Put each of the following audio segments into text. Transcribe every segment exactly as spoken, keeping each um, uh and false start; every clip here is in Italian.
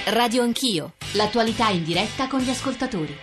Radio Anch'io, l'attualità in diretta con gli ascoltatori.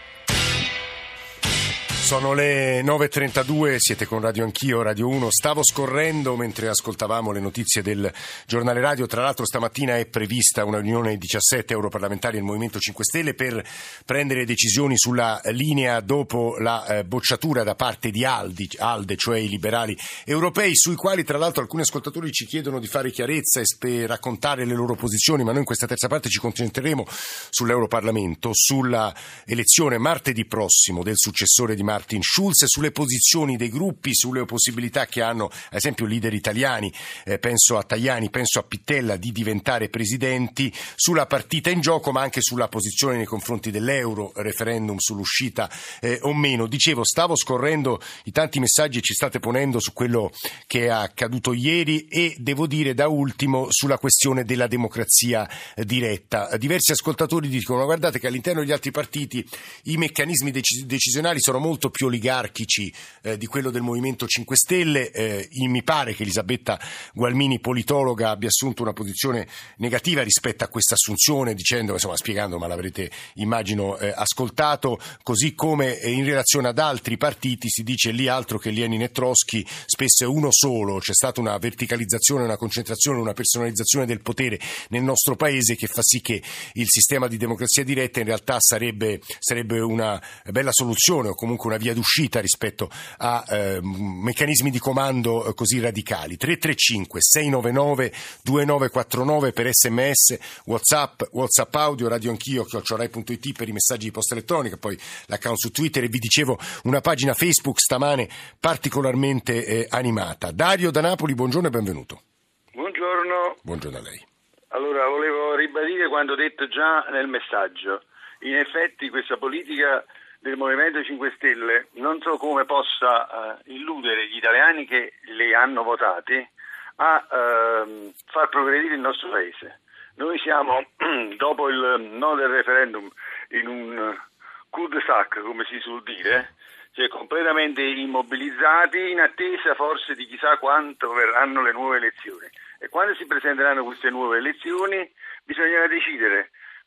Sono le nove e trentadue, siete con Radio Anch'io, Radio uno. Stavo scorrendo mentre ascoltavamo le notizie del giornale radio. Tra l'altro stamattina è prevista una riunione dei diciassette europarlamentari del Movimento cinque Stelle per prendere decisioni sulla linea dopo la eh, bocciatura da parte di Aldi, ALDE, cioè i liberali europei, sui quali tra l'altro alcuni ascoltatori ci chiedono di fare chiarezza e per raccontare le loro posizioni, ma noi in questa terza parte ci concentreremo sull'Europarlamento, sulla elezione martedì prossimo del successore di Martin Schulz, sulle posizioni dei gruppi, sulle possibilità che hanno ad esempio leader italiani, eh, penso a Tajani, penso a Pittella, di diventare presidenti, sulla partita in gioco ma anche sulla posizione nei confronti dell'euro, referendum sull'uscita eh, o meno. Dicevo, stavo scorrendo i tanti messaggi che ci state ponendo su quello che è accaduto ieri e devo dire da ultimo sulla questione della democrazia eh, diretta. Diversi ascoltatori dicono: guardate che all'interno degli altri partiti i meccanismi dec- decisionali sono molto più oligarchici eh, di quello del Movimento cinque Stelle. Eh, mi pare che Elisabetta Gualmini, politologa, abbia assunto una posizione negativa rispetto a questa assunzione, dicendo, insomma, spiegando, ma l'avrete immagino eh, ascoltato, così come eh, in relazione ad altri partiti si dice lì altro che Lenin e Trotsky, spesso è uno solo. C'è stata una verticalizzazione, una concentrazione, una personalizzazione del potere nel nostro paese che fa sì che il sistema di democrazia diretta in realtà sarebbe, sarebbe una bella soluzione o comunque una via d'uscita rispetto a eh, meccanismi di comando eh, così radicali. Tre tre cinque sei nove nove due nove quattro nove per sms, whatsapp, whatsapp audio, radio anch'io chiocciola rai punto it per i messaggi di posta elettronica, poi l'account su Twitter e vi dicevo una pagina Facebook stamane particolarmente eh, animata. Dario da Napoli, buongiorno e benvenuto. Buongiorno. Buongiorno a lei. Allora, volevo ribadire quanto detto già nel messaggio. In effetti questa politica del Movimento cinque Stelle non so come possa uh, illudere gli italiani che le hanno votate a uh, far progredire il nostro paese. Noi siamo, dopo il no del referendum, in un cul-de-sac, come si suol dire, cioè completamente immobilizzati in attesa forse di chissà quanto verranno le nuove elezioni. E quando si presenteranno queste nuove elezioni bisognerà decidere,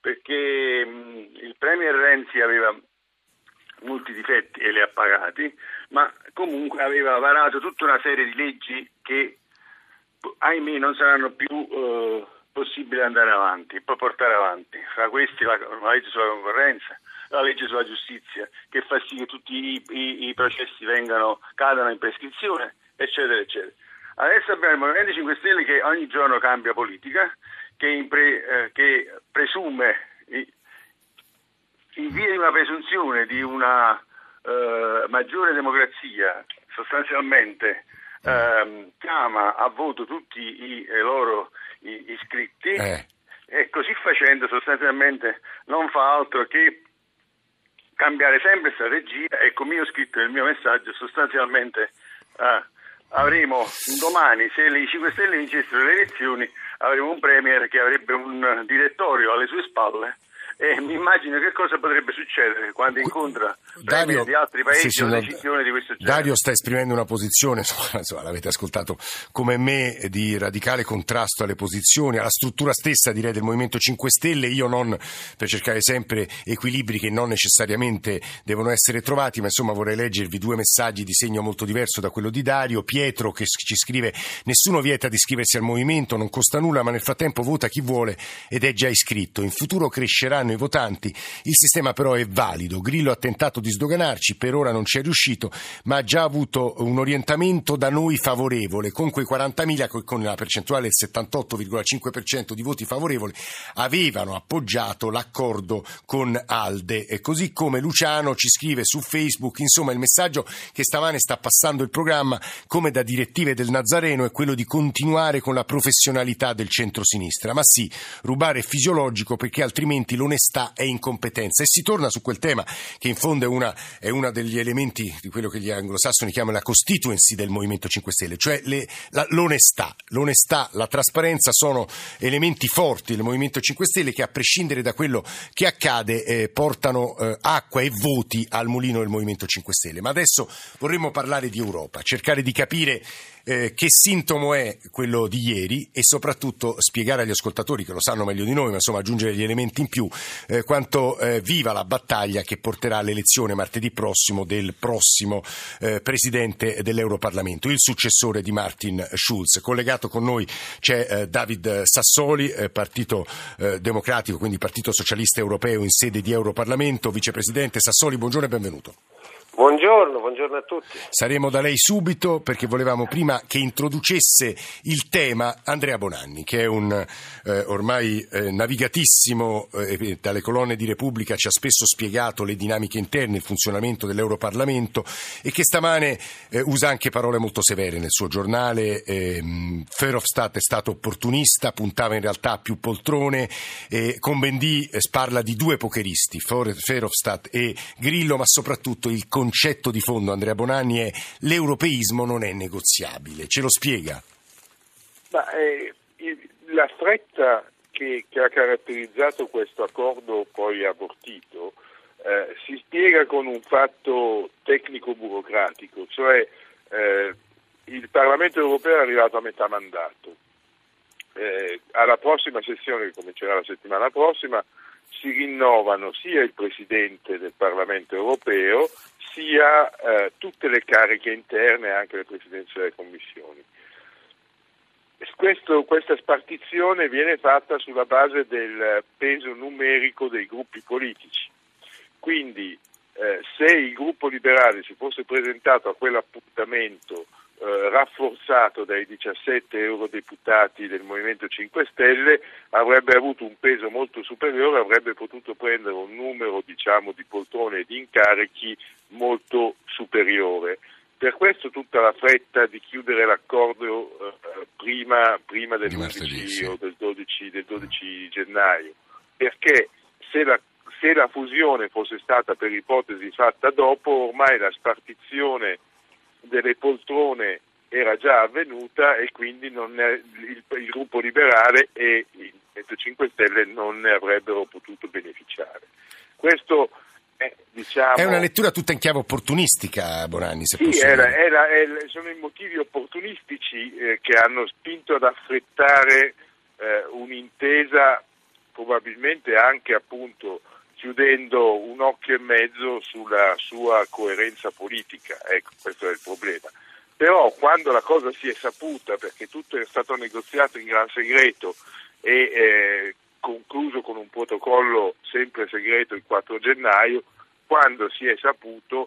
perché mh, il Premier Renzi aveva molti difetti e li ha pagati, ma comunque aveva varato tutta una serie di leggi che, ahimè, non saranno più eh, possibili andare avanti, poi portare avanti. Fra questi la, la legge sulla concorrenza, la legge sulla giustizia, che fa sì che tutti i, i, i processi vengano, cadano in prescrizione, eccetera, eccetera. Adesso abbiamo il Movimento cinque Stelle che ogni giorno cambia politica, che, impre, eh, che presume, in via di una presunzione di una eh, maggiore democrazia, sostanzialmente eh, chiama a voto tutti i eh, loro i, iscritti eh. e così facendo sostanzialmente non fa altro che cambiare sempre strategia e, come io ho scritto nel mio messaggio, sostanzialmente eh, avremo domani, se le cinque Stelle vincessero le elezioni, avremo un premier che avrebbe un direttorio alle sue spalle. E mi immagino che cosa potrebbe succedere quando incontra Dario, di altri paesi sì, sì, o decisioni di questo genere. Dario sta esprimendo una posizione, insomma, insomma, l'avete ascoltato come me, di radicale contrasto alle posizioni, alla struttura stessa, direi, del Movimento cinque Stelle. Io non per cercare sempre equilibri che non necessariamente devono essere trovati, ma insomma vorrei leggervi due messaggi di segno molto diverso da quello di Dario. Pietro che ci scrive: nessuno vieta di iscriversi al movimento, non costa nulla, ma nel frattempo vota chi vuole ed è già iscritto. In futuro cresceranno i votanti, il sistema però è valido. Grillo ha tentato di sdoganarci, per ora non ci è riuscito, ma ha già avuto un orientamento da noi favorevole, con quei quarantamila, con la percentuale del settantotto virgola cinque per cento di voti favorevoli, avevano appoggiato l'accordo con ALDE. E così come Luciano ci scrive su Facebook, insomma il messaggio che stamane sta passando il programma come da direttive del Nazareno è quello di continuare con la professionalità del centro-sinistra, ma sì, rubare è fisiologico perché altrimenti l'onestà onestà e incompetenza. E si torna su quel tema che in fondo è una è uno degli elementi di quello che gli anglosassoni chiamano la constituency del Movimento cinque Stelle, cioè le, la, l'onestà. L'onestà, la trasparenza sono elementi forti del Movimento cinque Stelle che, a prescindere da quello che accade, eh, portano eh, acqua e voti al mulino del Movimento cinque Stelle. Ma adesso vorremmo parlare di Europa, cercare di capire eh, che sintomo è quello di ieri e soprattutto spiegare agli ascoltatori, che lo sanno meglio di noi, ma insomma aggiungere gli elementi in più, eh, quanto eh, viva la battaglia che porterà all'elezione martedì prossimo del prossimo eh, Presidente dell'Europarlamento, il successore di Martin Schulz. Collegato con noi c'è eh, David Sassoli, eh, Partito eh, Democratico, quindi Partito Socialista Europeo in sede di Europarlamento. Vicepresidente Sassoli, buongiorno e benvenuto. Buongiorno, buongiorno a tutti. Saremo da lei subito perché volevamo prima che introducesse il tema Andrea Bonanni, che è un eh, ormai eh, navigatissimo, eh, dalle colonne di Repubblica ci ha spesso spiegato le dinamiche interne, il funzionamento dell'Europarlamento e che stamane eh, usa anche parole molto severe nel suo giornale. Eh, Verhofstadt è stato opportunista, puntava in realtà a più poltrone, eh, Cohn-Bendit eh, parla di due pokeristi, Verhofstadt e Grillo, ma soprattutto il concetto di fondo, Andrea Bonanni, è l'europeismo non è negoziabile. Ce lo spiega? Ma, eh, la fretta che, che ha caratterizzato questo accordo poi abortito eh, si spiega con un fatto tecnico-burocratico, cioè eh, il Parlamento europeo è arrivato a metà mandato. Eh, alla prossima sessione, che comincerà la settimana prossima, si rinnovano sia il Presidente del Parlamento europeo sia eh, tutte le cariche interne e anche le presidenze delle commissioni. Questo, questa spartizione viene fatta sulla base del peso numerico dei gruppi politici. Quindi eh, se il gruppo liberale si fosse presentato a quell'appuntamento eh, rafforzato dai diciassette eurodeputati del Movimento cinque Stelle, avrebbe avuto un peso molto superiore, avrebbe potuto prendere un numero, diciamo, di poltrone e di incarichi molto superiore. Per questo tutta la fretta di chiudere l'accordo eh, prima, prima dell'undici sì. o del dodici, del dodici gennaio, perché se la, se la fusione fosse stata per ipotesi fatta dopo, ormai la spartizione delle poltrone era già avvenuta e quindi non è, il, il gruppo liberale e il Movimento cinque Stelle non ne avrebbero potuto beneficiare. Questo è, diciamo, è una lettura tutta in chiave opportunistica, Bonanni, se sì, posso è la, dire. È la, è la, sono i motivi opportunistici eh, che hanno spinto ad affrettare eh, un'intesa, probabilmente anche appunto chiudendo un occhio e mezzo sulla sua coerenza politica. Ecco, questo è il problema. Però quando la cosa si è saputa, perché tutto è stato negoziato in gran segreto e eh, concluso con un protocollo sempre segreto il quattro gennaio, quando si è saputo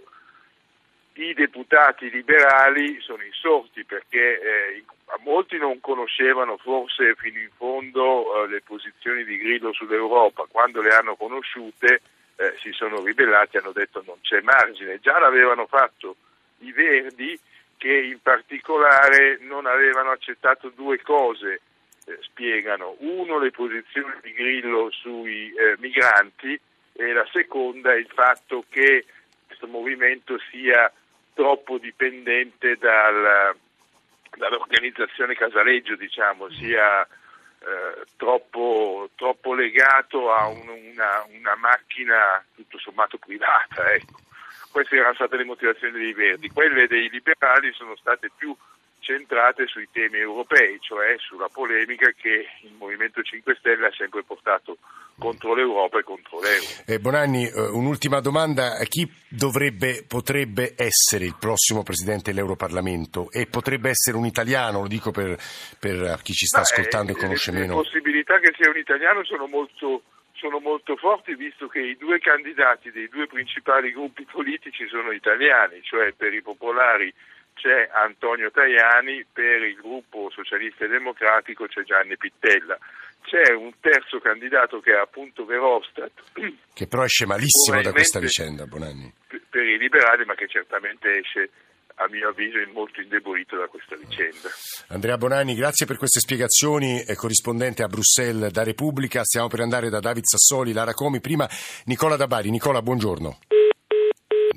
i deputati liberali sono insorti perché eh, molti non conoscevano forse fino in fondo eh, le posizioni di Grillo sull'Europa. Quando le hanno conosciute eh, si sono ribellati, hanno detto non c'è margine. Già l'avevano fatto i Verdi, che in particolare non avevano accettato due cose, eh, spiegano. Uno, le posizioni di Grillo sui eh, migranti, e la seconda è il fatto che questo movimento sia troppo dipendente dal, dall'organizzazione Casaleggio, diciamo, sia eh, troppo, troppo legato a un, una, una macchina tutto sommato privata, ecco. Queste erano state le motivazioni dei Verdi. Quelle dei liberali sono state più centrate sui temi europei, cioè sulla polemica che il Movimento cinque Stelle ha sempre portato contro l'Europa e contro l'euro. Eh, Bonanni, un'ultima domanda: chi dovrebbe, potrebbe essere il prossimo Presidente dell'Europarlamento? E potrebbe essere un italiano, lo dico per, per chi ci sta Ma ascoltando è, e conosce le, meno. Le possibilità che sia un italiano sono molto... sono molto forti, visto che i due candidati dei due principali gruppi politici sono italiani, cioè per i popolari c'è Antonio Tajani, per il gruppo socialista e democratico c'è Gianni Pittella. C'è un terzo candidato che è appunto Verhofstadt, che però esce malissimo da questa vicenda, Bonanni. Per i liberali, ma che certamente esce, a mio avviso, molto indebolito da questa vicenda. Andrea Bonanni, grazie per queste spiegazioni, è corrispondente a Bruxelles da Repubblica. Stiamo per andare da David Sassoli, Lara Comi. Prima Nicola da Bari. Nicola, buongiorno.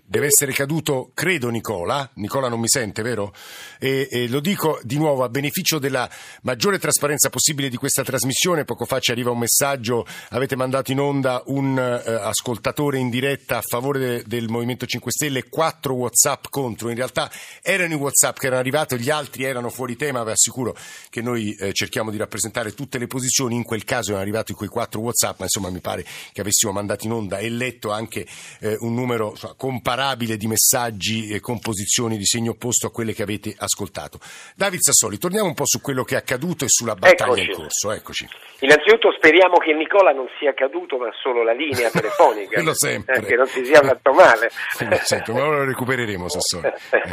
deve essere caduto, credo, Nicola. Nicola non mi sente, vero? E, e lo dico di nuovo a beneficio della maggiore trasparenza possibile di questa trasmissione. Poco fa ci arriva un messaggio, avete mandato in onda un eh, ascoltatore in diretta a favore de, del Movimento cinque Stelle, quattro WhatsApp contro. In realtà erano i WhatsApp che erano arrivati, gli altri erano fuori tema. Vi assicuro che noi eh, cerchiamo di rappresentare tutte le posizioni. In quel caso erano arrivati quei quattro WhatsApp, ma insomma mi pare che avessimo mandato in onda e letto anche eh, un numero insomma, comparabile di messaggi e composizioni di segno opposto a quelle che avete ascoltato. David Sassoli, torniamo un po' su quello che è accaduto e sulla battaglia Eccoci. in corso. Eccoci. Innanzitutto speriamo che Nicola non sia caduto, ma solo la linea telefonica. Quello sempre. Eh, che non si sia fatto male. Sento, ma ora lo recupereremo, Sassoli. Eh.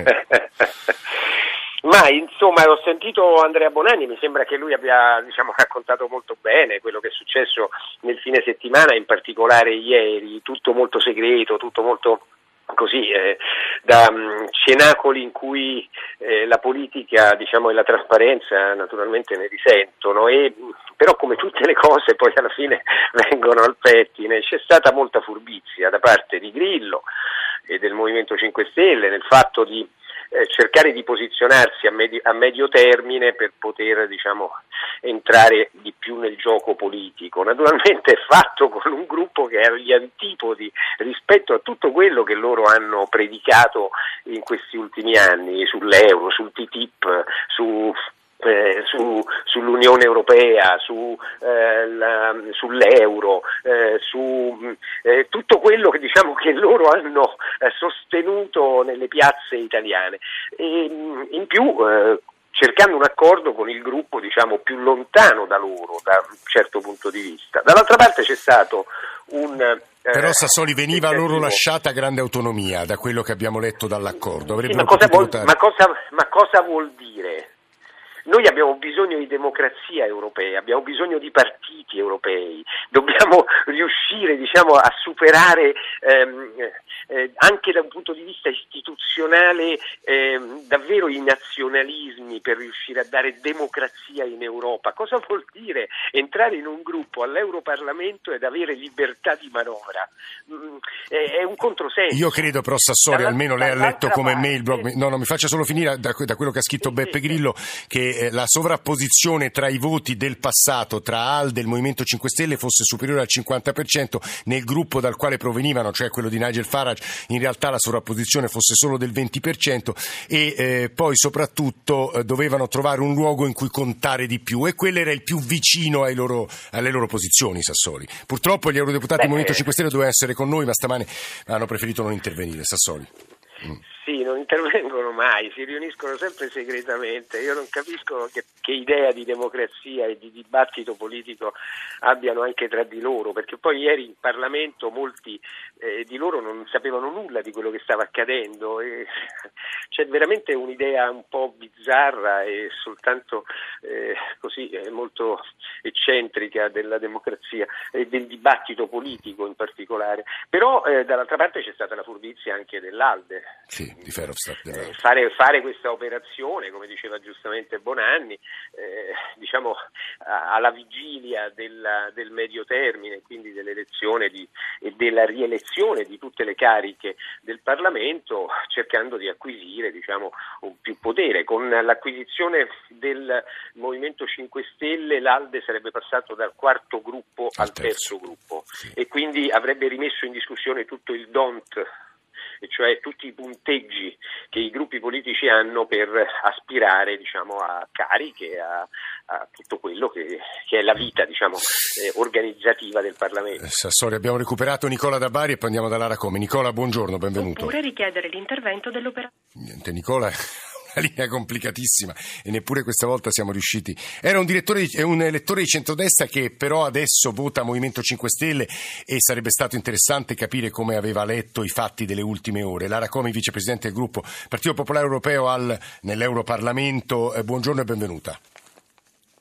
Ma insomma ho sentito Andrea Bonanni, mi sembra che lui abbia diciamo, raccontato molto bene quello che è successo nel fine settimana, in particolare ieri, tutto molto segreto, tutto molto così eh, da um, cenacoli in cui eh, la politica diciamo, e la trasparenza naturalmente ne risentono, e però come tutte le cose poi alla fine vengono al pettine. C'è stata molta furbizia da parte di Grillo e del Movimento cinque Stelle nel fatto di Eh, cercare di posizionarsi a medio, a medio termine per poter diciamo, entrare di più nel gioco politico. Naturalmente è fatto con un gruppo che è agli antipodi rispetto a tutto quello che loro hanno predicato in questi ultimi anni sull'euro, sul T T I P, su Eh, su, sull'Unione Europea, su, eh, la, sull'euro, eh, su eh, tutto quello che diciamo che loro hanno eh, sostenuto nelle piazze italiane, e in più eh, cercando un accordo con il gruppo diciamo più lontano da loro da un certo punto di vista. Dall'altra parte c'è stato un eh, Però Sassoli veniva loro lasciata grande autonomia da quello che abbiamo letto dall'accordo. Sì, ma, cosa vuol, ma, cosa, ma cosa vuol dire? Noi abbiamo bisogno di democrazia europea, abbiamo bisogno di partiti europei, dobbiamo riuscire diciamo, a superare ehm, eh, anche da un punto di vista istituzionale ehm, davvero i nazionalismi per riuscire a dare democrazia in Europa. Cosa vuol dire entrare in un gruppo all'Europarlamento ed avere libertà di manovra? Mm, è, è un controsenso. Io credo però Sassoli, Dalla, almeno lei ha letto come parte, me il blog, no, no, mi faccia solo finire da, da quello che ha scritto sì, Beppe sì, Grillo, che la sovrapposizione tra i voti del passato tra ALDE e il Movimento cinque Stelle fosse superiore al cinquanta per cento nel gruppo dal quale provenivano, cioè quello di Nigel Farage, in realtà la sovrapposizione fosse solo del venti per cento e eh, poi soprattutto eh, dovevano trovare un luogo in cui contare di più, e quello era il più vicino ai loro, alle loro posizioni, Sassoli. Purtroppo gli eurodeputati del Movimento cinque Stelle dovevano essere con noi, ma stamane hanno preferito non intervenire. Sassoli. Mm. Sì, non intervengono mai, si riuniscono sempre segretamente. Io non capisco che, che idea di democrazia e di dibattito politico abbiano anche tra di loro, perché poi ieri in Parlamento molti eh, di loro non sapevano nulla di quello che stava accadendo, e c'è veramente un'idea un po' bizzarra e soltanto eh, così eh, molto eccentrica della democrazia e del dibattito politico in particolare. Però eh, dall'altra parte c'è stata la furbizia anche dell'ALDE. Sì, di Verhofstadt. Eh, fare, fare questa operazione, come diceva giustamente Bonanni, eh, diciamo a, alla vigilia della, del medio termine, quindi dell'elezione di, e della rielezione di tutte le cariche del Parlamento, cercando di acquisire diciamo un più potere. Con l'acquisizione del Movimento cinque Stelle l'ALDE sarebbe passato dal quarto gruppo al, al terzo. terzo gruppo, sì. E quindi avrebbe rimesso in discussione tutto il D O N T, e cioè tutti i punteggi che i gruppi politici hanno per aspirare diciamo, a cariche, a, a tutto quello che, che è la vita diciamo, eh, organizzativa del Parlamento. Sassoli, abbiamo recuperato Nicola da Bari e poi andiamo da Lara Come. Nicola, buongiorno, benvenuto. Oppure richiedere l'intervento dell'operatore. Niente, Nicola... una linea complicatissima e neppure questa volta siamo riusciti. Era un direttore di, un elettore di centrodestra che però adesso vota Movimento cinque Stelle, e sarebbe stato interessante capire come aveva letto i fatti delle ultime ore. Lara Comi, vicepresidente del gruppo Partito Popolare Europeo al, nell'Europarlamento, eh, buongiorno e benvenuta.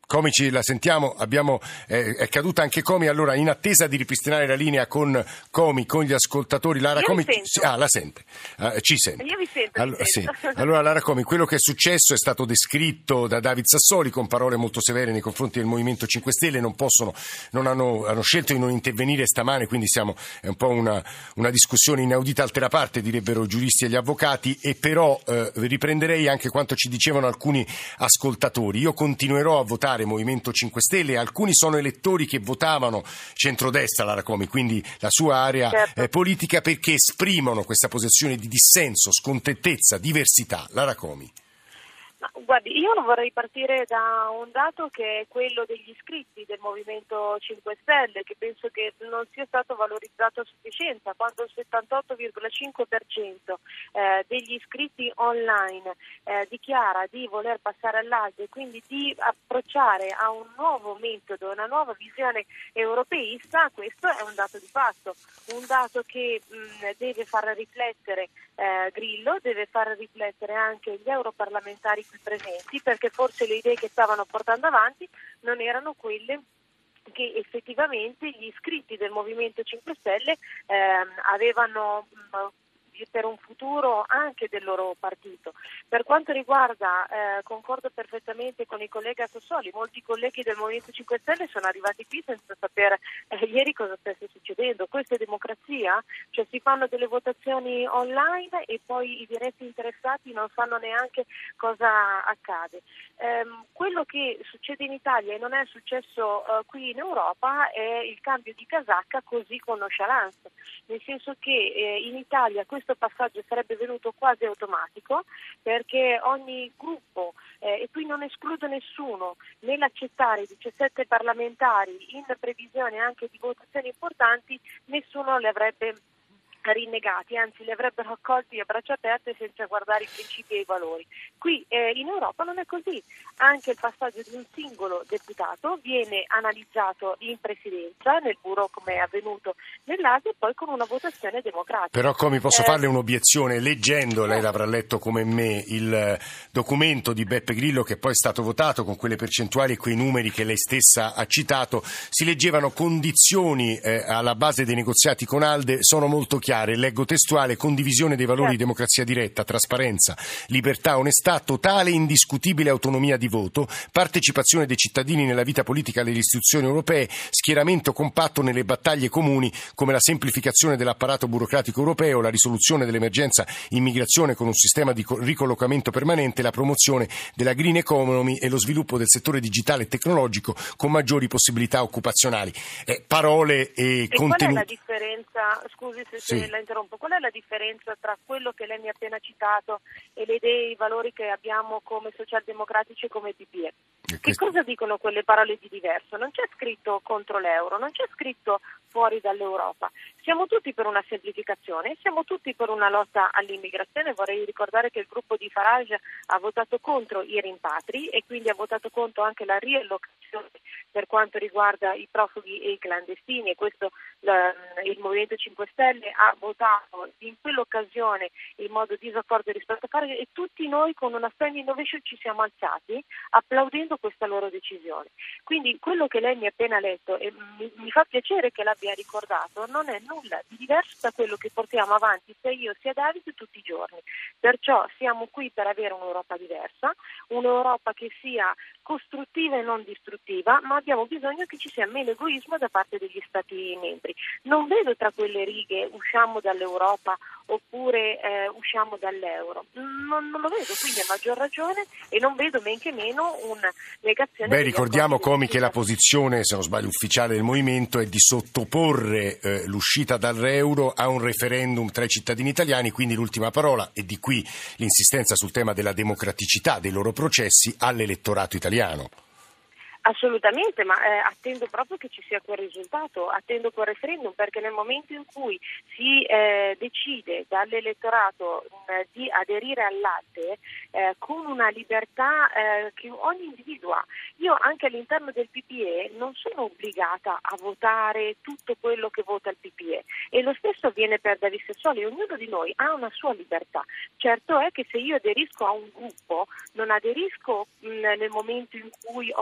Comici, la sentiamo, abbiamo, eh, è caduta anche Comi, allora in attesa di ripristinare la linea con Comi, con gli ascoltatori, Lara Io Comi, vi sento. ah, la sente, uh, ci sente. Io vi sento, allora, vi sento. Sì. Allora Lara Comi, quello che è successo è stato descritto da David Sassoli con parole molto severe nei confronti del Movimento cinque Stelle, non possono, non hanno, hanno scelto di non intervenire stamane, quindi siamo, è un po' una, una discussione inaudita altera parte, direbbero i giuristi e gli avvocati, e però eh, riprenderei anche quanto ci dicevano alcuni ascoltatori. Io continuerò a votare Movimento cinque Stelle, alcuni sono elettori che votavano centrodestra, Lara Comi, quindi la sua area certo. eh, politica, perché esprimono questa posizione di dissenso, scontentezza, diversità. Lara Comi. No, guardi, io non vorrei partire da un dato che è quello degli iscritti del Movimento cinque Stelle, che penso che non sia stato valorizzato a sufficienza, quando il settantotto virgola cinque per cento eh, degli iscritti online eh, dichiara di voler passare all'altro e quindi di approcciare a un nuovo metodo, una nuova visione europeista. Questo è un dato di fatto, un dato che mh, deve far riflettere eh, Grillo, deve far riflettere anche gli europarlamentari qui presenti, perché forse le idee che stavano portando avanti non erano quelle che effettivamente gli iscritti del Movimento cinque Stelle ehm, avevano mh, per un futuro anche del loro partito. Per quanto riguarda, eh, concordo perfettamente con il collega Sassoli, molti colleghi del Movimento cinque Stelle sono arrivati qui senza sapere eh, ieri cosa stesse succedendo. Questa è democrazia? Cioè si fanno delle votazioni online e poi i diretti interessati non sanno neanche cosa accade. Ehm, quello che succede in Italia e non è successo eh, qui in Europa è il cambio di casacca così con nonchalance, nel senso che eh, in Italia questo passaggio sarebbe venuto quasi automatico, perché ogni gruppo, eh, e qui non escludo nessuno, nell'accettare diciassette parlamentari in previsione anche di votazioni importanti, nessuno le avrebbe rinnegati, anzi li avrebbero accolti a braccia aperte senza guardare i principi e i valori. Qui eh, in Europa non è così, anche il passaggio di un singolo deputato viene analizzato in presidenza, nel bureau come è avvenuto nell'Asia, e poi con una votazione democratica. Però come posso eh, farle un'obiezione? Leggendo, lei l'avrà letto come me, il documento di Beppe Grillo che poi è stato votato con quelle percentuali e quei numeri che lei stessa ha citato, si leggevano condizioni eh, alla base dei negoziati con ALDE, sono molto chiare. Leggo testuale: condivisione dei valori di democrazia diretta, trasparenza, libertà, onestà, totale e indiscutibile autonomia di voto, partecipazione dei cittadini nella vita politica delle istituzioni europee, schieramento compatto nelle battaglie comuni come la semplificazione dell'apparato burocratico europeo, la risoluzione dell'emergenza immigrazione con un sistema di ricollocamento permanente, la promozione della green economy e lo sviluppo del settore digitale e tecnologico con maggiori possibilità occupazionali. Eh, parole e, e contenuti. Qual è la differenza, scusi se, Sì. se la interrompo, qual è la differenza tra quello che lei mi ha appena citato e le idee e i valori che abbiamo come socialdemocratici e come P P E? Che questo... cosa dicono quelle parole di diverso? Non c'è scritto contro l'euro, non c'è scritto fuori dall'Europa. Siamo tutti per una semplificazione, siamo tutti per una lotta all'immigrazione. Vorrei ricordare che il gruppo di Farage ha votato contro i rimpatri e quindi ha votato contro anche la riallocazione per quanto riguarda i profughi e i clandestini, e questo la, il Movimento cinque Stelle ha votato in quell'occasione in modo disaccordo rispetto a Farage, e tutti noi con una standing ovation ci siamo alzati applaudendo questa loro decisione. Quindi quello che lei mi ha appena letto, e mi, mi fa piacere che l'abbia ricordato, non è nulla di diverso da quello che portiamo avanti sia io sia Davide tutti i giorni. Perciò siamo qui per avere un'Europa diversa, un'Europa che sia costruttiva e non distruttiva, ma abbiamo bisogno che ci sia meno egoismo da parte degli Stati membri. Non vedo tra quelle righe usciamo dall'Europa oppure eh, usciamo dall'euro. Non, non lo vedo, quindi a maggior ragione, e non vedo men che meno una negazione. Beh, ricordiamo, Comi, che la posizione, se non sbaglio, ufficiale del Movimento è di sottoporre eh, l'uscita dall'euro a un referendum tra i cittadini italiani, quindi l'ultima parola, e di qui l'insistenza sul tema della democraticità dei loro processi, all'elettorato italiano. Assolutamente, ma eh, attendo proprio che ci sia quel risultato, attendo quel referendum, perché nel momento in cui si eh, decide dall'elettorato eh, di aderire all'Alte eh, con una libertà eh, che ogni individuo ha, io anche all'interno del P P E non sono obbligata a votare tutto quello che vota il P P E, e lo stesso avviene per David Sassoli. Ognuno di noi ha una sua libertà. Certo è che se io aderisco a un gruppo non aderisco mh, nel momento in cui ho delle idee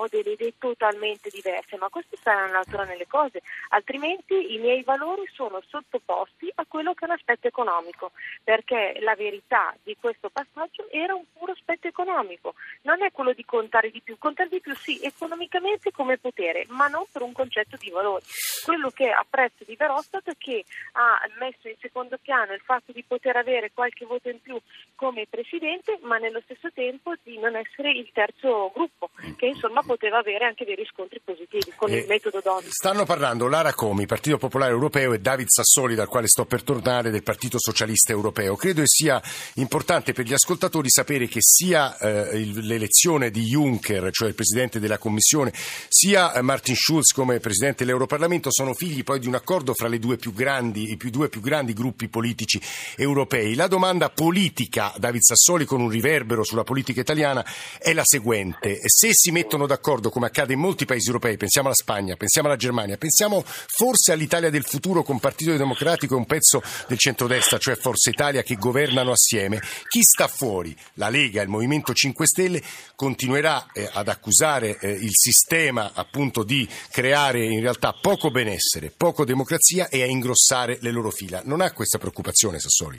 e totalmente diverse, ma questo sta nella natura nelle cose, altrimenti i miei valori sono sottoposti a quello che è un aspetto economico, perché la verità di questo passaggio era un puro aspetto economico, non è quello di contare di più, contare di più sì, economicamente come potere, ma non per un concetto di valori. Quello che apprezzo di Verhofstadt è che ha messo in secondo piano il fatto di poter avere qualche voto in più come presidente, ma nello stesso tempo di non essere il terzo gruppo, che insomma poteva avere anche dei riscontri positivi con eh, il metodo Dodd. Stanno parlando Lara Comi, Partito Popolare Europeo, e David Sassoli, dal quale sto per tornare, del Partito Socialista Europeo. Credo che sia importante per gli ascoltatori sapere che sia eh, l'elezione di Juncker, cioè il Presidente della Commissione, sia eh, Martin Schulz come Presidente dell'Europarlamento sono figli poi di un accordo fra le due più grandi, i più due più grandi gruppi politici europei. La domanda politica, David Sassoli, con un riverbero sulla politica italiana, è la seguente: se si mettono d'accordo, come accade in molti paesi europei, pensiamo alla Spagna, pensiamo alla Germania, pensiamo forse all'Italia del futuro con Partito Democratico e un pezzo del centrodestra, cioè Forza Italia, che governano assieme, chi sta fuori? La Lega, il Movimento cinque Stelle, continuerà eh, ad accusare eh, il sistema appunto di creare in realtà poco benessere, poco democrazia e a ingrossare le loro fila. Non ha questa preoccupazione, Sassoli?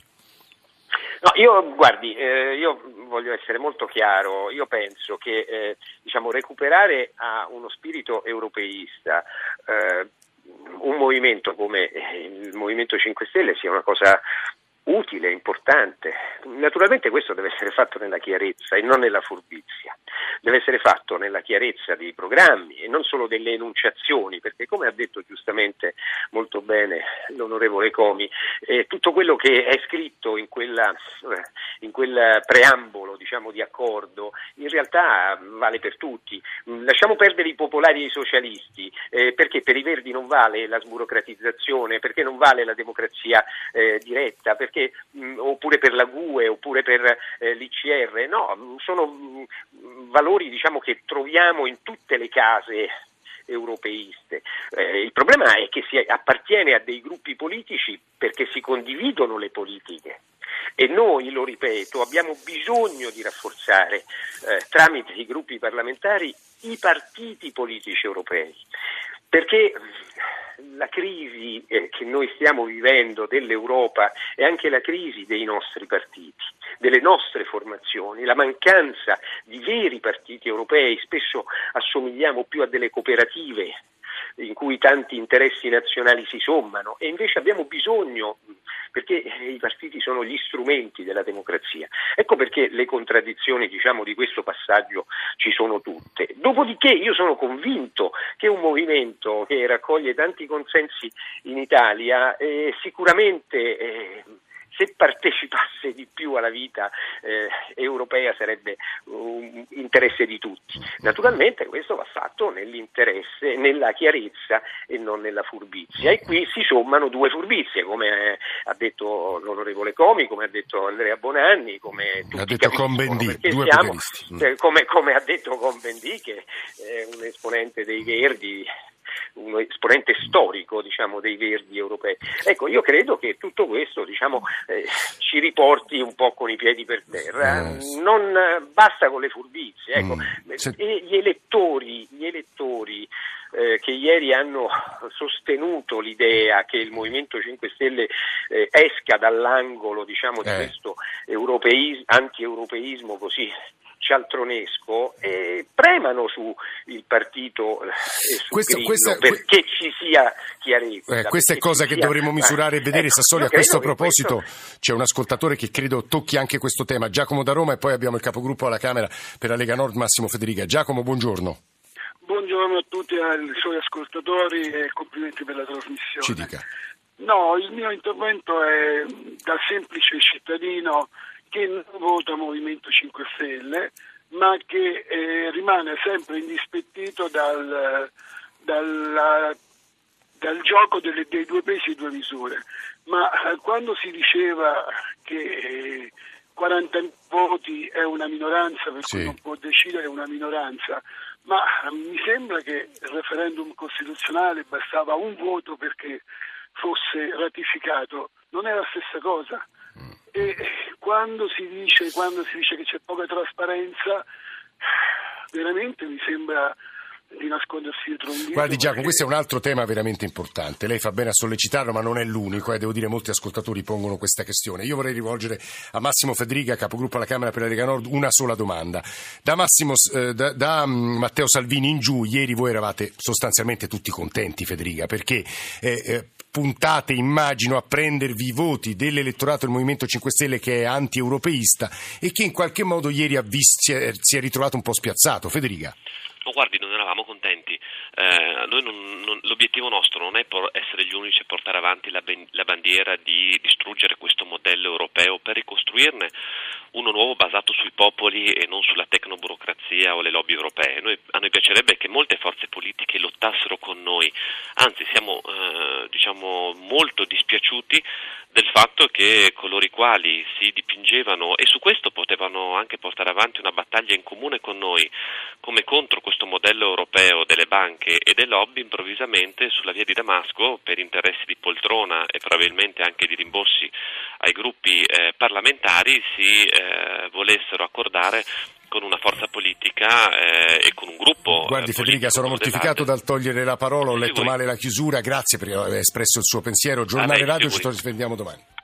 No, io guardi, eh, io voglio essere molto chiaro, io penso che eh, diciamo recuperare a uno spirito europeista eh, un movimento come il Movimento cinque Stelle sia una cosa utile, importante. Naturalmente questo deve essere fatto nella chiarezza e non nella furbizia, deve essere fatto nella chiarezza dei programmi e non solo delle enunciazioni, perché come ha detto giustamente molto bene l'onorevole Comi, eh, tutto quello che è scritto in quella eh, in quel preambolo, diciamo, di accordo in realtà vale per tutti. Lasciamo perdere i popolari e i socialisti, eh, perché per i Verdi non vale la sburocratizzazione, perché non vale la democrazia eh, diretta, perché Mh, oppure per la G U E, oppure per eh, l'I C R, no, sono mh, valori diciamo che troviamo in tutte le case europeiste. Eh, il problema è che si appartiene a dei gruppi politici perché si condividono le politiche e noi, lo ripeto, abbiamo bisogno di rafforzare eh, tramite i gruppi parlamentari i partiti politici europei, perché la crisi eh, che noi stiamo vivendo dell'Europa è anche la crisi dei nostri partiti, delle nostre formazioni, la mancanza di veri partiti europei. Spesso assomigliamo più a delle cooperative in cui tanti interessi nazionali si sommano e invece abbiamo bisogno, perché i partiti sono gli strumenti della democrazia. Ecco perché le contraddizioni, diciamo, di questo passaggio ci sono tutte. Dopodiché io sono convinto che un movimento che raccoglie tanti consensi in Italia eh, sicuramente eh, se partecipasse di più alla vita eh, europea sarebbe un interesse di tutti. Naturalmente questo va fatto nell'interesse, nella chiarezza e non nella furbizia, e qui si sommano due furbizie, come ha detto l'onorevole Comi, come ha detto Andrea Bonanni, come tutti ha detto Cohn-Bendit, due siamo, eh, come, come ha detto Cohn-Bendit, che è un esponente dei Verdi, un esponente storico, diciamo, dei Verdi europei. Ecco, io credo che tutto questo, diciamo, eh, ci riporti un po' con i piedi per terra. Eh, non eh, basta con le furbizie. Ecco, mm, se... e gli elettori, gli elettori eh, che ieri hanno sostenuto l'idea che il Movimento cinque Stelle eh, esca dall'angolo, diciamo, di eh. questo europeismo, anti-europeismo così cialtronesco, eh, premano su il partito e su questo, Grillo questa, perché ci sia chiarezza. Eh, questa è cosa che sia... dovremo misurare e vedere. Ecco, Sassoli, a questo proposito questo... c'è un ascoltatore che credo tocchi anche questo tema, Giacomo da Roma, e poi abbiamo il capogruppo alla Camera per la Lega Nord, Massimo Federica. Giacomo, buongiorno. Buongiorno a tutti ai suoi ascoltatori e complimenti per la trasmissione. Ci dica. No, il mio intervento è da semplice cittadino che non vota Movimento cinque Stelle, ma che eh, rimane sempre indispettito dal, dal, dal gioco delle, dei due pesi e due misure. Ma eh, quando si diceva che eh, quaranta voti è una minoranza, per sì. cui non può decidere una minoranza, ma eh, mi sembra che il referendum costituzionale bastava un voto perché fosse ratificato, non è la stessa cosa. E quando si dice quando si dice che c'è poca trasparenza, veramente mi sembra di nascondersi dietro un dito. Guardi Giacomo, perché... questo è un altro tema veramente importante, lei fa bene a sollecitarlo, ma non è l'unico, e devo dire molti ascoltatori pongono questa questione. Io vorrei rivolgere a Massimo Fedriga, capogruppo alla Camera per la Lega Nord, una sola domanda. Da, Massimo, eh, da, da um, Matteo Salvini in giù, ieri voi eravate sostanzialmente tutti contenti, Fedriga, perché eh, eh, puntate, immagino, a prendervi i voti dell'elettorato del Movimento cinque Stelle che è anti-europeista e che in qualche modo ieri ha visto, si, è, si è ritrovato un po' spiazzato. Fedriga. No, guardi, non eravamo contenti. Eh, noi non, non, l'obiettivo nostro non è por essere gli unici a portare avanti la, ben, la bandiera di distruggere questo modello europeo per ricostruirne uno nuovo basato sui popoli e non sulla tecnoburocrazia o le lobby europee. Noi, a noi piacerebbe che molte forze politiche lottassero con noi, anzi siamo eh, diciamo molto dispiaciuti del fatto che coloro i quali si dipingevano e su questo potevano anche portare avanti una battaglia in comune con noi come contro questo modello europeo delle banche e delle lobby, improvvisamente sulla via di Damasco per interessi di poltrona e probabilmente anche di rimborsi ai gruppi eh, parlamentari si eh, volessero accordare con una forza politica eh, e con un gruppo. Guardi eh, Federica, sono mortificato dal togliere la parola, ho letto male la chiusura, grazie per aver espresso il suo pensiero. Giornale Radio, ci torniamo domani.